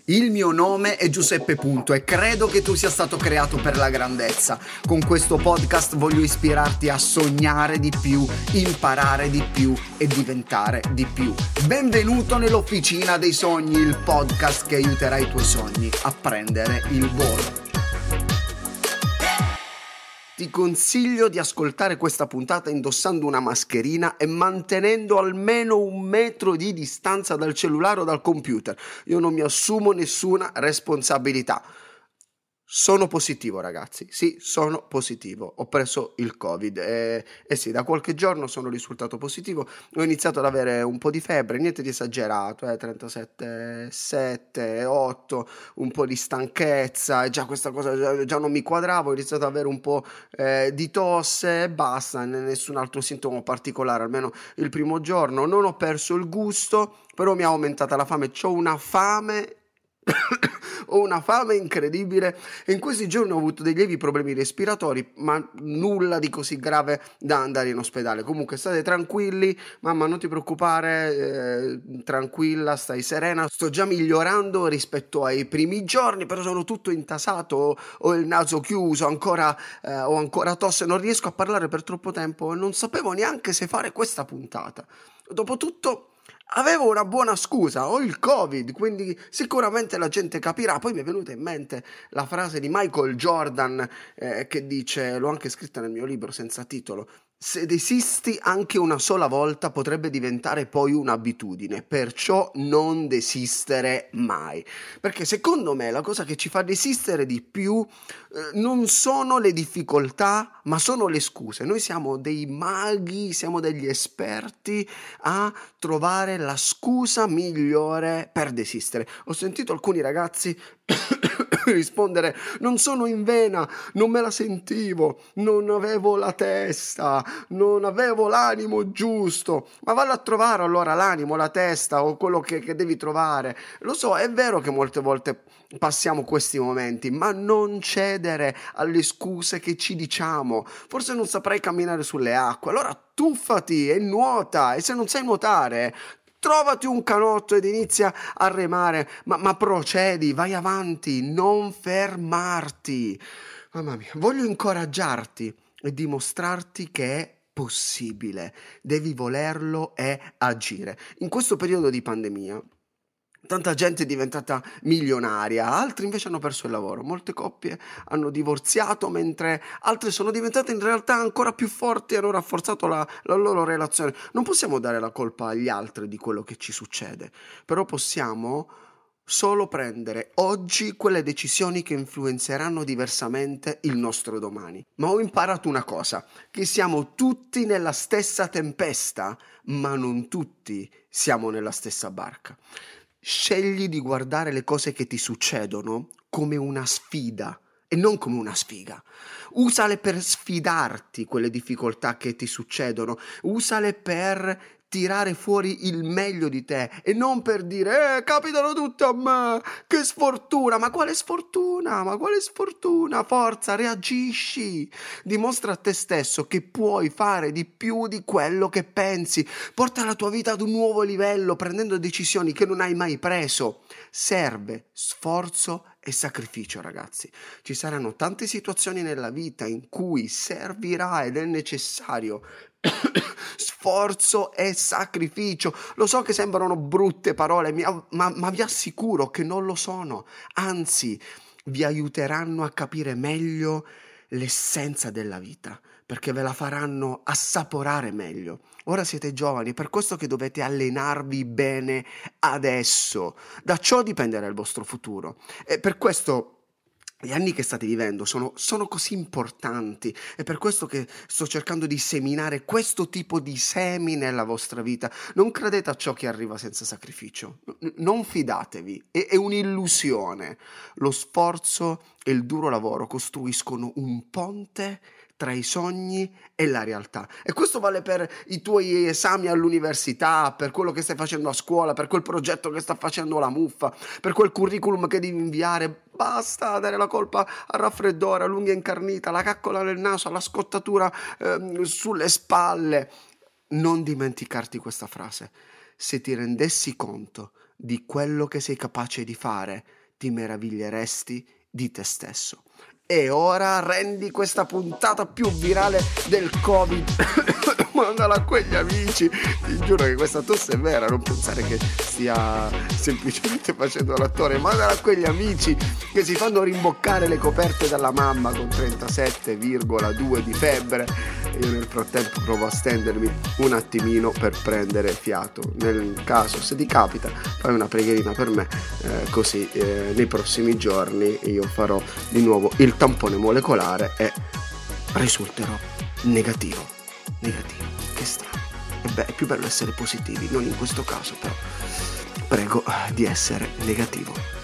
Il mio nome è Giuseppe Punto e credo che tu sia stato creato per la grandezza. Con questo podcast voglio ispirarti a sognare di più, imparare di più e diventare di più. Benvenuto nell'Officina dei Sogni, il podcast che aiuterà i tuoi sogni a prendere il volo. Ti consiglio di ascoltare questa puntata indossando una mascherina e mantenendo almeno 1 metro di distanza dal cellulare o dal computer. Io non mi assumo nessuna responsabilità. Sono positivo, ragazzi, sì, sono positivo, ho preso il Covid e sì, da qualche giorno sono risultato positivo, ho iniziato ad avere un po' di febbre, niente di esagerato, 37,7, 8, un po' di stanchezza, e già questa cosa già non mi quadrava, ho iniziato ad avere un po' di tosse e basta, nessun altro sintomo particolare, almeno il primo giorno, non ho perso il gusto, però mi è aumentata la fame, c'ho una fame... Ho una fame incredibile e in questi giorni ho avuto dei lievi problemi respiratori, ma nulla di così grave da andare in ospedale. Comunque state tranquilli, mamma, non ti preoccupare, tranquilla, stai serena. Sto già migliorando rispetto ai primi giorni, però sono tutto intasato, ho il naso chiuso, ho ancora tosse, non riesco a parlare per troppo tempo e non sapevo neanche se fare questa puntata. Dopotutto avevo una buona scusa, ho il Covid, quindi sicuramente la gente capirà. Poi mi è venuta in mente la frase di Michael Jordan che dice, l'ho anche scritta nel mio libro senza titolo: se desisti anche una sola volta potrebbe diventare poi un'abitudine, perciò non desistere mai. Perché secondo me la cosa che ci fa desistere di più non sono le difficoltà, ma sono le scuse. Noi siamo dei maghi, siamo degli esperti a trovare la scusa migliore per desistere. Ho sentito alcuni ragazzi rispondere: non sono in vena, non me la sentivo, non avevo la testa, non avevo l'animo giusto. Ma vallo a trovare allora l'animo, la testa o quello che devi trovare. Lo so, è vero che molte volte passiamo questi momenti, ma non cedere alle scuse che ci diciamo. Forse non saprai camminare sulle acque, allora tuffati e nuota, e se non sai nuotare trovati un canotto ed inizia a remare, ma procedi, vai avanti, non fermarti. Mamma mia, voglio incoraggiarti e dimostrarti che è possibile, devi volerlo e agire. In questo periodo di pandemia tanta gente è diventata milionaria, altri invece hanno perso il lavoro, molte coppie hanno divorziato, mentre altre sono diventate in realtà ancora più forti e hanno rafforzato la loro relazione. Non possiamo dare la colpa agli altri di quello che ci succede, però possiamo solo prendere oggi quelle decisioni che influenzeranno diversamente il nostro domani. Ma ho imparato una cosa, che siamo tutti nella stessa tempesta, ma non tutti siamo nella stessa barca. Scegli di guardare le cose che ti succedono come una sfida e non come una sfiga. Usale per sfidarti quelle difficoltà che ti succedono, usale per tirare fuori il meglio di te e non per dire capitano tutte a me, che sfortuna, ma quale sfortuna, forza, reagisci, dimostra a te stesso che puoi fare di più di quello che pensi, porta la tua vita ad un nuovo livello prendendo decisioni che non hai mai preso. Serve sforzo e sacrificio, ragazzi. Ci saranno tante situazioni nella vita in cui servirà ed è necessario sforzo e sacrificio. Lo so che sembrano brutte parole, ma vi assicuro che non lo sono. Anzi, vi aiuteranno a capire meglio l'essenza della vita, perché ve la faranno assaporare meglio. Ora siete giovani, per questo che dovete allenarvi bene adesso. Da ciò dipenderà il vostro futuro. E per questo gli anni che state vivendo sono così importanti, è per questo che sto cercando di seminare questo tipo di semi nella vostra vita. Non credete a ciò che arriva senza sacrificio, non fidatevi, è un'illusione. Lo sforzo e il duro lavoro costruiscono un ponte tra i sogni e la realtà. E questo vale per i tuoi esami all'università, per quello che stai facendo a scuola, per quel progetto che sta facendo la muffa, per quel curriculum che devi inviare. Basta dare la colpa al raffreddore, all'unghia incarnita, alla caccola nel naso, alla scottatura sulle spalle. Non dimenticarti questa frase. Se ti rendessi conto di quello che sei capace di fare, ti meraviglieresti di te stesso. E ora rendi questa puntata più virale del Covid. Mandala a quegli amici. Ti giuro che questa tosse è vera, non pensare che stia semplicemente facendo l'attore. Mandala a quegli amici che si fanno rimboccare le coperte dalla mamma con 37,2 di febbre. Io nel frattempo provo a stendermi un attimino per prendere fiato. Nel caso, se ti capita, fai una preghierina per me, così nei prossimi giorni io farò di nuovo il tampone molecolare e risulterò negativo. Che strano. E beh, è più bello essere positivi, non in questo caso, però prego di essere negativo.